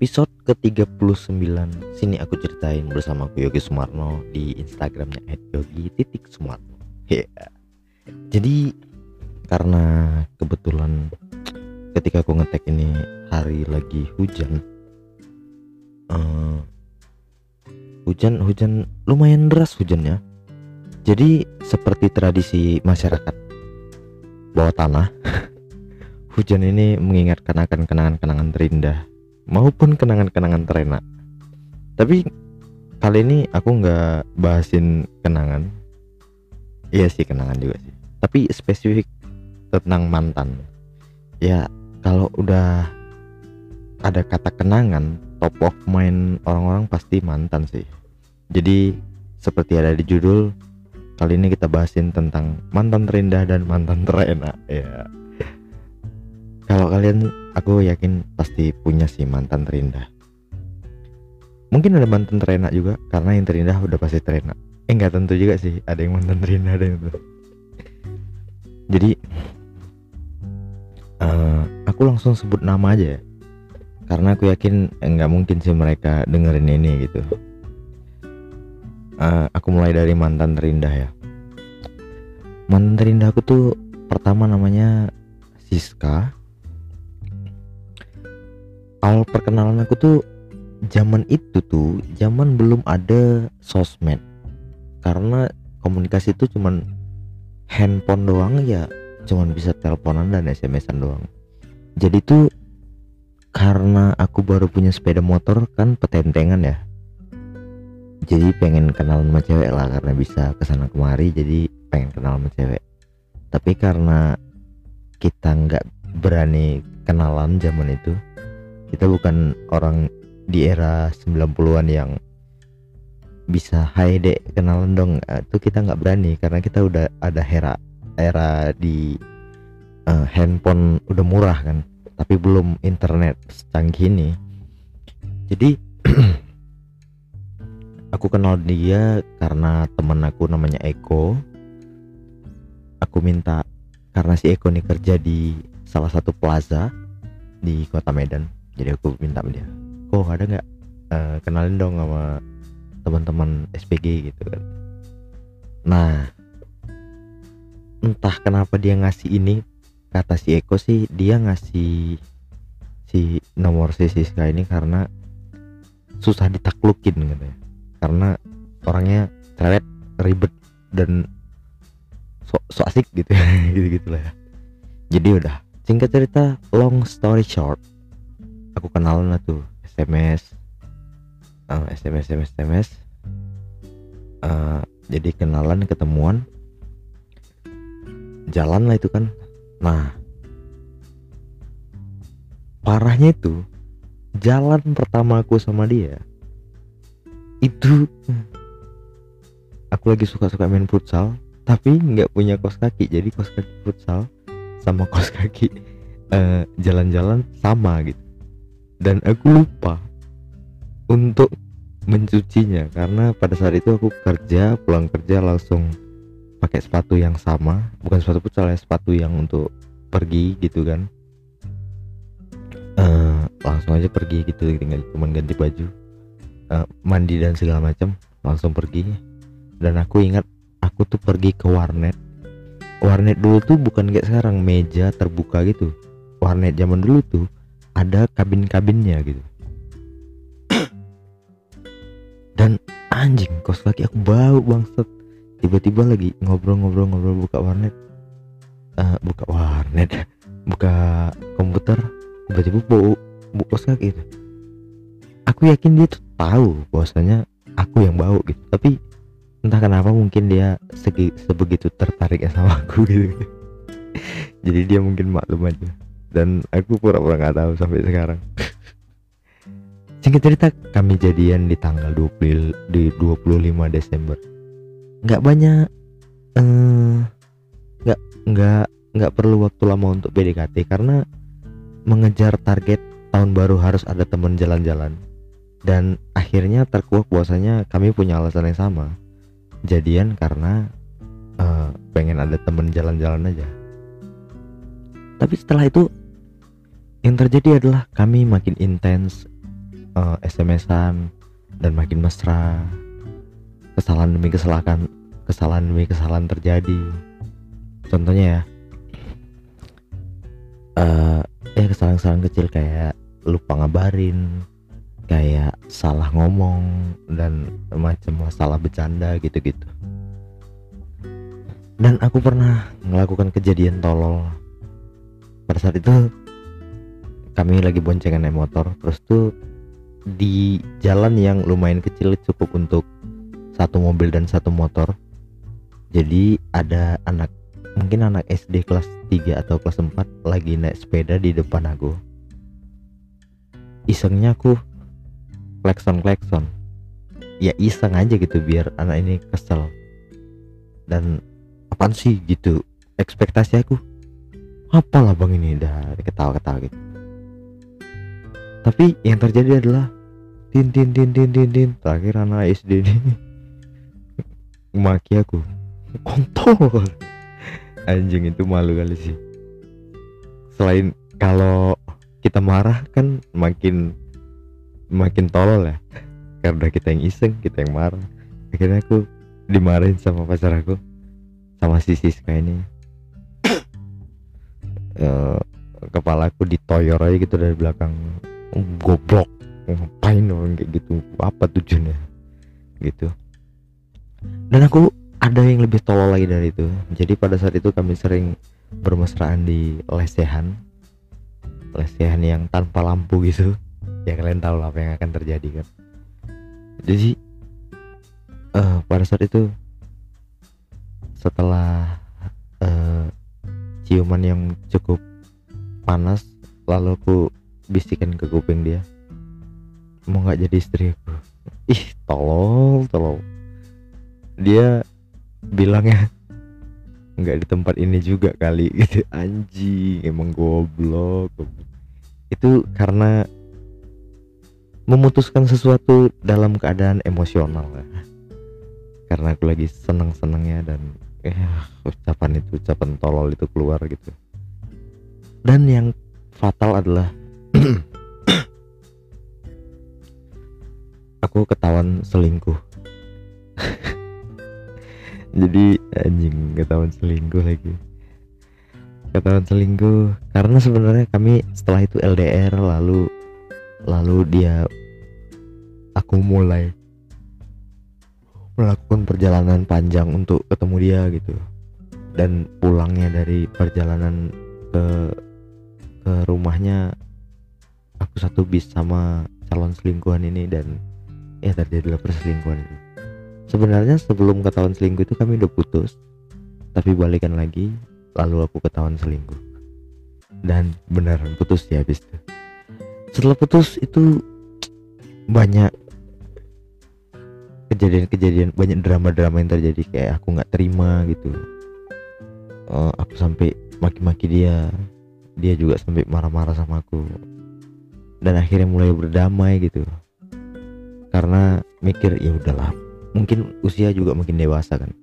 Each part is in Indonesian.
episode ke-39. Sini aku ceritain bersama aku Yogi Sumarno di Instagramnya @yogi_sumarno. Yeah. Jadi karena kebetulan ketika aku ngetek ini hari lagi hujan, hujan lumayan deras hujannya. Jadi seperti tradisi masyarakat bawah tanah, hujan ini mengingatkan akan kenangan-kenangan terindah maupun kenangan-kenangan terenak. Tapi kali ini aku nggak bahasin kenangan. Iya sih, kenangan juga sih, tapi spesifik tentang mantan. Ya kalau udah ada kata kenangan, top of mind orang-orang pasti mantan sih. Jadi seperti ada di judul, kali ini kita bahasin tentang mantan terindah dan mantan terenak. Ya, kalau kalian, aku yakin pasti punya sih mantan terindah. Mungkin ada mantan terenak juga, karena yang terindah udah pasti terenak. Enggak tentu juga sih, ada yang mantan terindah, ada yang itu. Jadi aku langsung sebut nama aja ya, karena aku yakin enggak mungkin sih mereka dengerin ini gitu. Aku mulai dari mantan terindah ya. Mantan terindah aku tuh pertama namanya Siska. Awal perkenalan aku tuh zaman belum ada sosmed, karena komunikasi itu cuman handphone doang ya, cuman bisa teleponan dan SMS-an doang. Jadi tuh karena aku baru punya sepeda motor kan, petentengan ya, jadi pengen kenalan sama cewek lah, karena bisa kesana kemari, jadi pengen kenal sama cewek. Tapi karena kita nggak berani kenalan zaman itu, kita bukan orang di era 90-an yang bisa hai dek kenalan dong, itu kita nggak berani karena kita udah ada era di handphone udah murah kan, tapi belum internet secanggih ini. Jadi aku kenal dia karena temen aku namanya Eko. Aku minta, karena si Eko nih kerja di salah satu plaza di kota Medan, jadi aku minta sama dia, kok ada nggak kenalin dong sama teman-teman SPG gitu kan. Nah, entah kenapa dia ngasih ini, kata si Eko sih dia ngasih si nomor si Siska ini karena susah ditaklukin katanya, karena orangnya cerewet, ribet, dan so asik gitu gitu lah ya. Jadi udah, singkat cerita, long story short, aku kenalan lah tuh, SMS, jadi kenalan, ketemuan, jalan lah itu kan. Nah, parahnya itu jalan pertama aku sama dia itu, aku lagi suka main futsal tapi nggak punya kaos kaki, jadi kaos kaki futsal sama kaos kaki jalan-jalan sama gitu, dan aku lupa untuk mencucinya karena pada saat itu aku pulang kerja langsung pakai sepatu yang sama, bukan sepatu futsal ya, sepatu yang untuk pergi gitu kan. Langsung aja pergi gitu, tinggal cuman ganti baju, mandi dan segala macam, langsung pergi. Dan aku ingat aku tuh pergi ke warnet dulu tuh, bukan kayak sekarang meja terbuka gitu. Warnet zaman dulu tuh ada kabin-kabinnya gitu. Dan anjing, kaos kaki aku bau bangsat. Tiba-tiba lagi ngobrol buka komputer, tiba-tiba bau kaos kaki itu. Aku yakin dia tuh tahu bahwasanya aku yang bau gitu, tapi entah kenapa mungkin dia sebegitu tertariknya sama aku gitu. Jadi dia mungkin maklum aja, dan aku pura-pura nggak tahu sampai sekarang. Singkat cerita, kami jadian di tanggal 25 Desember. Nggak banyak, nggak perlu waktu lama untuk PDKT, karena mengejar target tahun baru harus ada teman jalan-jalan. Dan akhirnya terkuak bahwasanya kami punya alasan yang sama, jadian karena pengen ada teman jalan-jalan aja. Tapi setelah itu yang terjadi adalah kami makin intens, SMS-an dan makin mesra. Kesalahan demi kesalahan terjadi. Contohnya ya kesalahan-kesalahan kecil kayak lupa ngabarin, kayak salah ngomong dan macam masalah bercanda gitu-gitu. Dan aku pernah melakukan kejadian tolol. Pada saat itu kami lagi boncengan naik motor, terus tuh di jalan yang lumayan kecil cukup untuk satu mobil dan satu motor. Jadi ada mungkin anak SD kelas 3 atau kelas 4 lagi naik sepeda di depan aku. Isengnya aku klakson. Ya iseng aja gitu biar anak ini kesel. Dan apaan sih gitu, ekspektasi aku apalah bang ini, dah ketawa-ketawa gitu. Tapi yang terjadi adalah tin terakhir anak SD ini maki aku, kontol. Anjing, itu malu kali sih. Selain kalau kita marah kan makin tolol ya, karena kita yang iseng, kita yang marah. Akhirnya aku dimarahin sama pacar aku, sama si Siska ini. Kepalaku ditoyor aja gitu dari belakang. Goblok, ngapain orang kayak gitu, apa tujuannya gitu. Dan aku ada yang lebih tolol lagi dari itu. Jadi pada saat itu kami sering bermesraan di lesehan yang tanpa lampu gitu. Ya kalian tahu lah apa yang akan terjadi kan. Jadi pada saat itu setelah ciuman yang cukup panas, lalu aku bisikan ke kuping dia, mau nggak jadi istri aku. Ih, tolol. Dia bilangnya nggak di tempat ini juga kali gitu. Anjing, emang goblok. Itu karena memutuskan sesuatu dalam keadaan emosional karena aku lagi seneng-senengnya, dan ucapan tolol itu keluar gitu. Dan yang fatal adalah aku ketahuan selingkuh. Jadi anjing, ketahuan selingkuh karena sebenarnya kami setelah itu LDR, lalu aku mulai melakukan perjalanan panjang untuk ketemu dia gitu. Dan pulangnya dari perjalanan ke rumahnya aku satu bis sama calon selingkuhan ini, dan ya terjadilah perselingkuhan itu. Sebenarnya sebelum ketahuan selingkuh itu kami udah putus, tapi balikan lagi, lalu aku ketahuan selingkuh. Dan beneran putus ya habis itu. Setelah putus itu banyak kejadian, banyak drama yang terjadi, kayak aku nggak terima gitu. Aku sampai maki-maki dia juga sampai marah-marah sama aku. Dan akhirnya mulai berdamai gitu, karena mikir ya udahlah, mungkin usia juga makin dewasa kan.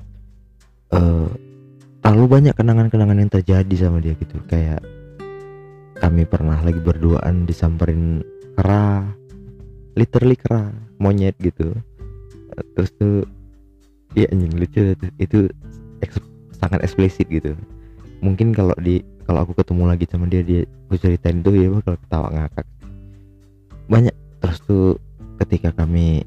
Terlalu banyak kenangan-kenangan yang terjadi sama dia gitu. Kayak kami pernah lagi berduaan disamperin kera, literally kera, monyet gitu. Terus tuh ya anjing, lucu itu sangat eksplisit gitu. Mungkin kalau aku ketemu lagi sama dia aku ceritain tuh ya bakal ketawa ngakak banyak. Terus tuh ketika kami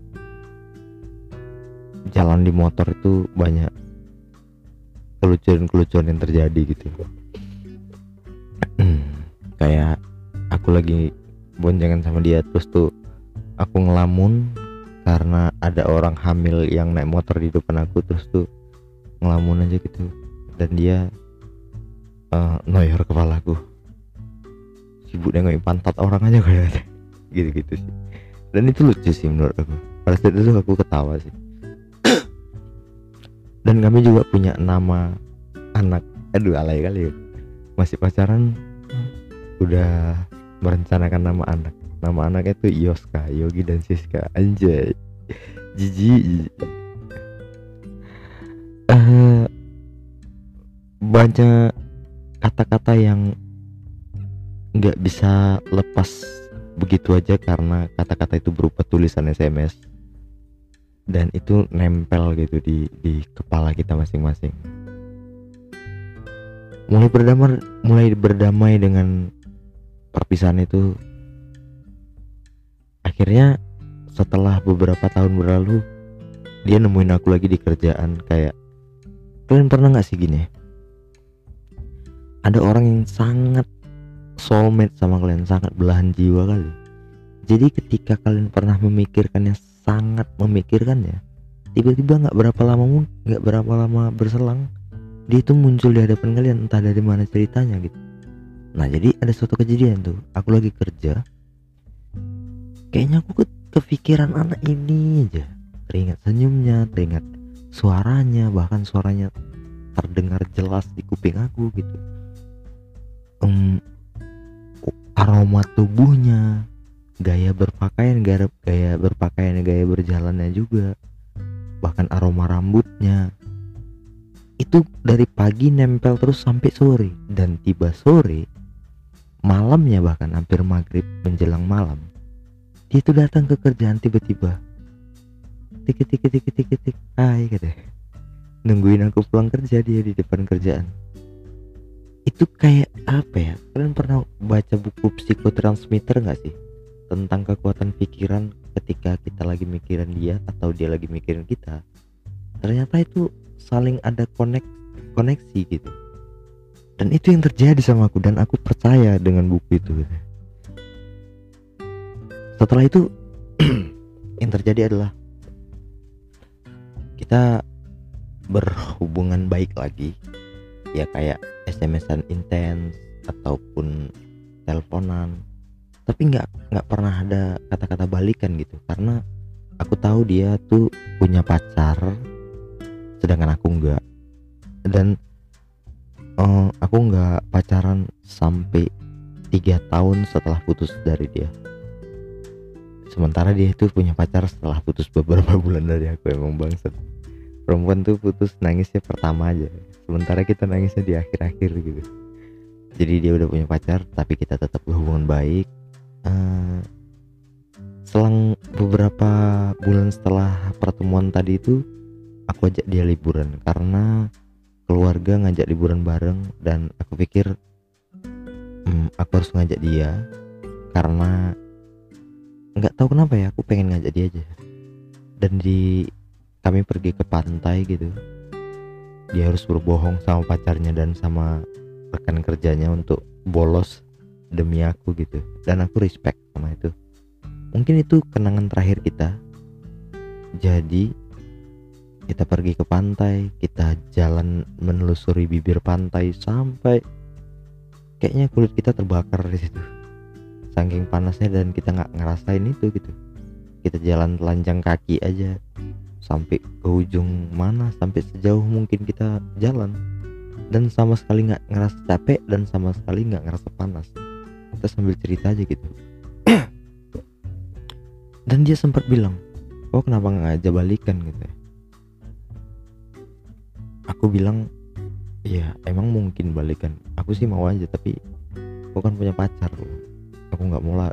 jalan di motor itu banyak kelucuan yang terjadi gitu. Kayak aku lagi boncengan sama dia, terus tuh aku ngelamun karena ada orang hamil yang naik motor di depan aku, terus tuh ngelamun aja gitu. Dan dia noyor kepalaku, sibuk nengokin pantat orang aja kayak gitu sih. Dan itu lucu sih menurut aku. Pada saat itu aku ketawa sih. Dan kami juga punya nama anak. Aduh, alay kali ya, masih pacaran udah merencanakan nama anak. Nama anaknya tuh Yoska, Yogi dan Siska. Anjay, jijik. Banyak kata-kata yang nggak bisa lepas begitu aja karena kata-kata itu berupa tulisan SMS, dan itu nempel gitu di kepala kita masing-masing. Mulai berdamai dengan perpisahan itu, akhirnya setelah beberapa tahun berlalu dia nemuin aku lagi di kerjaan. Kayak, kalian pernah gak sih gini, ada orang yang sangat soulmate sama kalian, sangat belahan jiwa kali. Jadi ketika kalian pernah memikirkannya, sangat memikirkannya, tiba-tiba nggak berapa lama berselang dia itu muncul di hadapan kalian, entah dari mana ceritanya gitu. Nah, jadi ada suatu kejadian tuh, aku lagi kerja, kayaknya aku kepikiran anak ini aja, teringat senyumnya, teringat suaranya, bahkan suaranya terdengar jelas di kuping aku gitu. Aroma tubuhnya, gaya berpakaian, gaya berjalannya juga, bahkan aroma rambutnya itu dari pagi nempel terus sampai sore. Dan tiba sore, malamnya bahkan hampir maghrib menjelang malam, dia itu datang ke kerjaan tiba-tiba, tik, hai katanya, nungguin aku pulang kerja, dia di depan kerjaan. Itu kayak apa ya, kalian pernah baca buku psikotransmitter gak sih, tentang kekuatan pikiran ketika kita lagi mikirin dia atau dia lagi mikirin kita? Ternyata itu saling ada koneksi gitu. Dan itu yang terjadi sama aku, dan aku percaya dengan buku itu gitu. Setelah itu yang terjadi adalah kita berhubungan baik lagi, ya kayak SMS-an intens ataupun teleponan, tapi nggak pernah ada kata-kata balikan gitu, karena aku tahu dia tuh punya pacar sedangkan aku enggak. Dan aku nggak pacaran sampai 3 tahun setelah putus dari dia, sementara dia itu punya pacar setelah putus beberapa bulan dari aku. Emang bangsat, perempuan tuh putus nangisnya pertama aja, sementara kita nangisnya di akhir-akhir gitu. Jadi dia udah punya pacar tapi kita tetap berhubungan baik. Selang beberapa bulan setelah pertemuan tadi itu, aku ajak dia liburan karena keluarga ngajak liburan bareng, dan aku pikir aku harus ngajak dia karena nggak tahu kenapa ya, aku pengen ngajak dia aja. Dan kami pergi ke pantai gitu, dia harus berbohong sama pacarnya dan sama rekan kerjanya untuk bolos demi aku gitu, dan aku respect sama itu. Mungkin itu kenangan terakhir kita. Jadi kita pergi ke pantai, kita jalan menelusuri bibir pantai sampai kayaknya kulit kita terbakar di situ, saking panasnya, dan kita nggak ngerasain itu gitu. Kita jalan telanjang kaki aja sampai ke ujung mana, sampai sejauh mungkin kita jalan, dan sama sekali nggak ngerasa capek dan sama sekali nggak ngerasa panas. Kita sambil cerita aja gitu. Dan dia sempat bilang, "Oh, kenapa nggak ngajak balikan?" gitu ya. Aku bilang, "Ya emang mungkin balikan, aku sih mau aja, tapi aku kan punya pacar, aku nggak mau lah,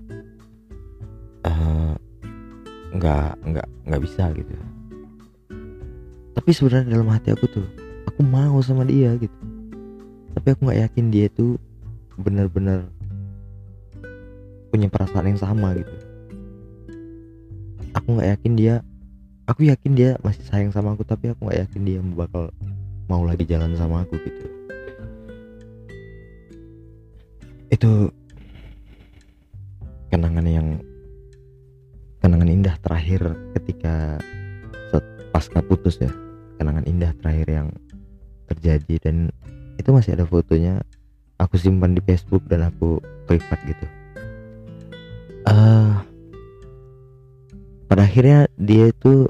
nggak bisa gitu." Tapi sebenarnya dalam hati aku tuh, aku mau sama dia gitu, tapi aku nggak yakin dia tuh benar-benar punya perasaan yang sama gitu. Aku yakin dia masih sayang sama aku, tapi aku nggak yakin dia bakal mau lagi jalan sama aku gitu. Itu kenangan indah terakhir ketika pasca putus ya, kenangan indah terakhir yang terjadi, dan itu masih ada fotonya, aku simpan di Facebook dan aku privat gitu. Pada akhirnya dia itu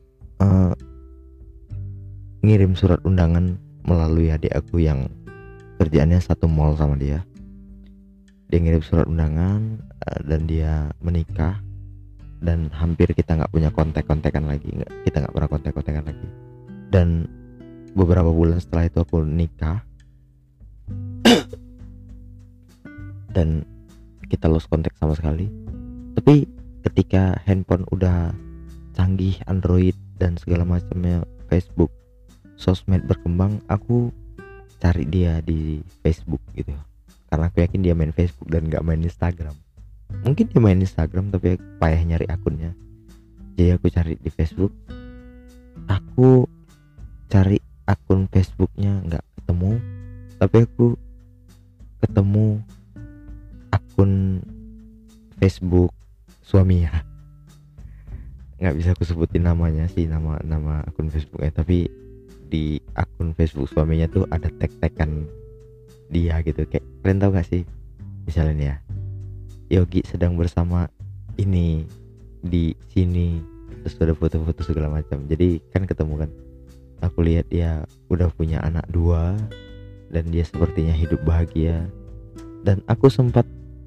ngirim surat undangan melalui adik aku yang kerjaannya satu mall sama dia. Dia ngirim surat undangan, dan dia menikah, dan hampir kita nggak punya kontak-kontakan lagi, kita nggak pernah kontak-kontakan lagi. Dan beberapa bulan setelah itu aku nikah dan kita lost kontak sama sekali. Tapi ketika handphone udah canggih, Android dan segala macamnya, Facebook, sosmed berkembang, aku cari dia di Facebook gitu, karena aku yakin dia main Facebook dan gak main Instagram. Mungkin dia main Instagram tapi payah nyari akunnya, jadi aku cari di Facebook. Aku cari akun Facebooknya nggak ketemu, tapi aku ketemu akun Facebook suaminya. Nggak bisa aku sebutin namanya sih, nama akun Facebooknya, tapi di akun Facebook suaminya tuh ada tag-tagan dia gitu. Kayak kalian tahu gak sih, misalnya nih ya, Yogi sedang bersama ini di sini, terus ada foto-foto segala macam. Jadi kan ketemu kan, aku lihat dia udah punya anak 2 dan dia sepertinya hidup bahagia. Dan aku sempat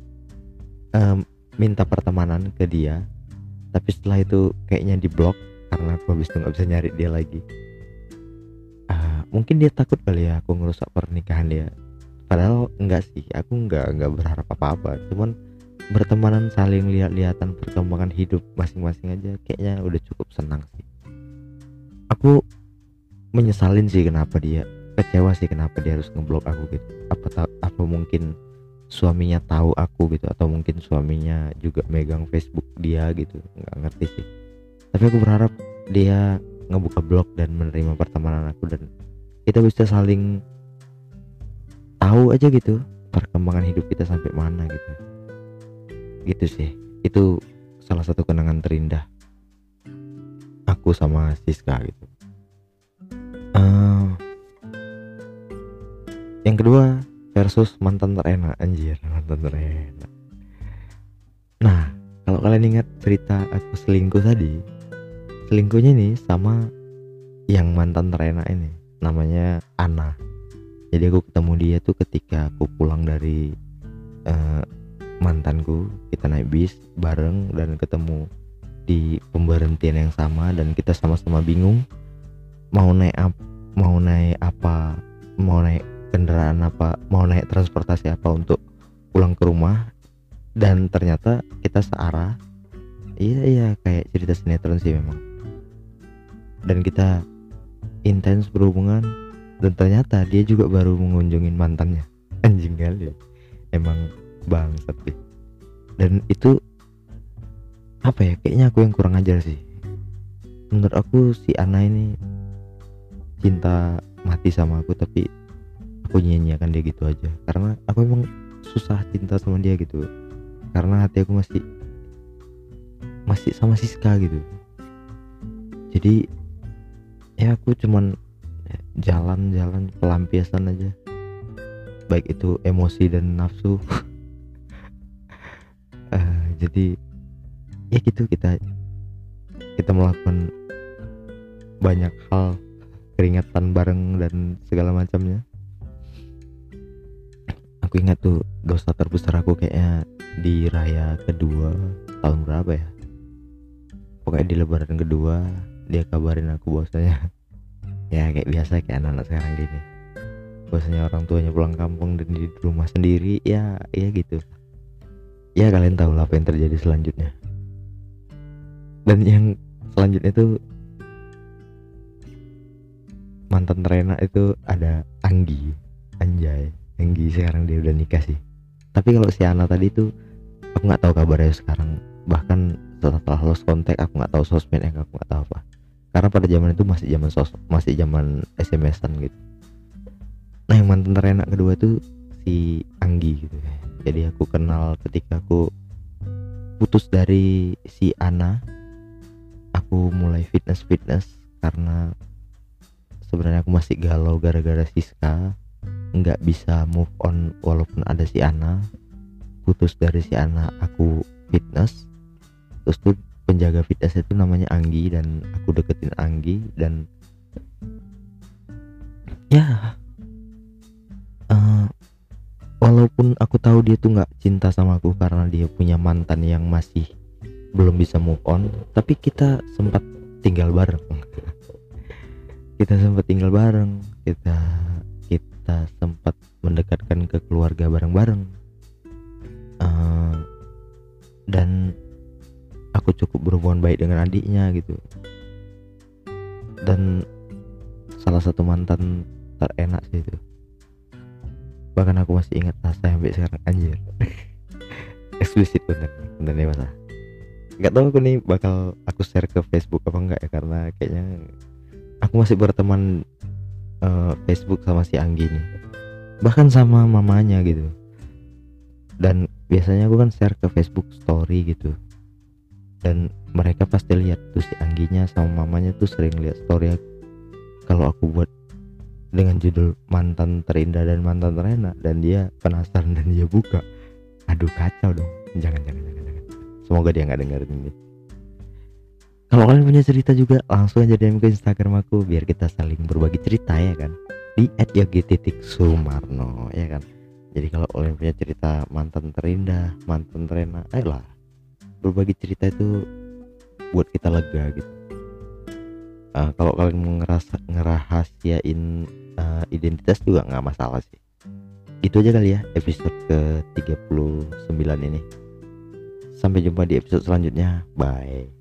minta pertemanan ke dia, tapi setelah itu kayaknya diblok karena aku habis itu nggak bisa nyari dia lagi. Mungkin dia takut kali ya aku ngerusak pernikahan dia. Padahal enggak sih, aku enggak berharap apa-apa, cuman bertemanan, saling lihat-lihatan perkembangan hidup masing-masing aja kayaknya udah cukup senang sih. Aku menyesalin sih kenapa dia, kecewa sih kenapa dia harus ngeblok aku gitu. Apa mungkin suaminya tahu aku gitu, atau mungkin suaminya juga megang Facebook dia gitu, nggak ngerti sih. Tapi aku berharap dia ngebuka blog dan menerima pertemanan aku, dan kita bisa saling tahu aja gitu perkembangan hidup kita sampai mana gitu sih. Itu salah satu kenangan terindah aku sama Siska gitu. Yang kedua, versus mantan terenak. Anjir, mantan terenak. Nah, kalau kalian ingat cerita aku selingkuh tadi, selingkuhnya nih sama yang mantan terenak ini, namanya Ana. Jadi aku ketemu dia tuh ketika aku pulang dari mantanku. Kita naik bis bareng dan ketemu di pemberhentian yang sama, dan kita sama-sama bingung mau naik kendaraan apa, mau naik transportasi apa untuk pulang ke rumah. Dan ternyata kita searah. Iya kayak cerita sinetron sih memang. Dan kita intens berhubungan, dan ternyata dia juga baru mengunjungin mantannya. Anjing kali, emang bangsat deh. Dan itu apa ya, kayaknya aku yang kurang ajar sih. Menurut aku si Ana ini cinta mati sama aku, tapi aku nyanyiakan dia gitu aja karena aku emang susah cinta sama dia gitu, karena hati aku masih sama Siska gitu. Jadi ya aku cuman jalan pelampiasan aja, baik itu emosi dan nafsu. Jadi ya gitu, kita melakukan banyak hal, keringatan bareng dan segala macamnya. Aku ingat tuh dosa terbesar aku kayaknya di raya kedua tahun berapa ya, pokoknya di lebaran kedua dia kabarin aku bahwasanya ya kayak biasa, kayak anak-anak sekarang gini, bahwasanya orang tuanya pulang kampung dan di rumah sendiri. Ya gitu ya, kalian tahu lah apa yang terjadi selanjutnya. Dan yang selanjutnya itu mantan terenak itu ada Anggi. Anjay, Anggi sekarang dia udah nikah sih. Tapi kalau si Ana tadi itu aku nggak tahu kabarnya sekarang, bahkan setelah lost kontak aku nggak tahu sosmednya, aku nggak tahu apa, karena pada zaman itu masih zaman SMS-an gitu. Nah, yang mantan terenak kedua itu si Anggi gitu ya. Jadi aku kenal ketika aku putus dari si Ana. Aku mulai fitness karena sebenarnya aku masih galau gara-gara Siska, nggak bisa move on walaupun ada si Ana. Putus dari si Ana, aku fitness. Terus tuh penjaga fitness itu namanya Anggi, dan aku deketin Anggi. Dan ya walaupun aku tahu dia tuh nggak cinta sama aku karena dia punya mantan yang masih belum bisa move on, tapi kita sempat tinggal bareng. kita sempat mendekatkan ke keluarga bareng-bareng. Dan aku cukup berhubungan baik dengan adiknya gitu. Dan salah satu mantan terenak sih itu. Bahkan aku masih ingat rasa sampai sekarang, anjir. Eksplisit bener dewasa. Nggak tahu aku nih bakal aku share ke Facebook apa enggak ya, karena kayaknya aku masih berteman Facebook sama si Anggi nih, bahkan sama mamanya gitu. Dan biasanya aku kan share ke Facebook story gitu, dan mereka pasti lihat tuh si Angginya sama mamanya tuh sering lihat story aku kalau aku buat dengan judul mantan terindah dan mantan terenak, dan dia penasaran dan dia buka. Aduh kacau dong. Jangan. Semoga dia nggak dengerin ini. Kalau kalian punya cerita juga langsung aja DM ke Instagram aku biar kita saling berbagi cerita ya kan, di @yogi_sumarno ya kan. Jadi kalau kalian punya cerita mantan terindah, mantan terenak, ayolah berbagi cerita, itu buat kita lega gitu. Kalau kalian mau ngerahasiain identitas juga nggak masalah sih. Itu aja kali ya episode ke 39 ini. Sampai jumpa di episode selanjutnya. Bye.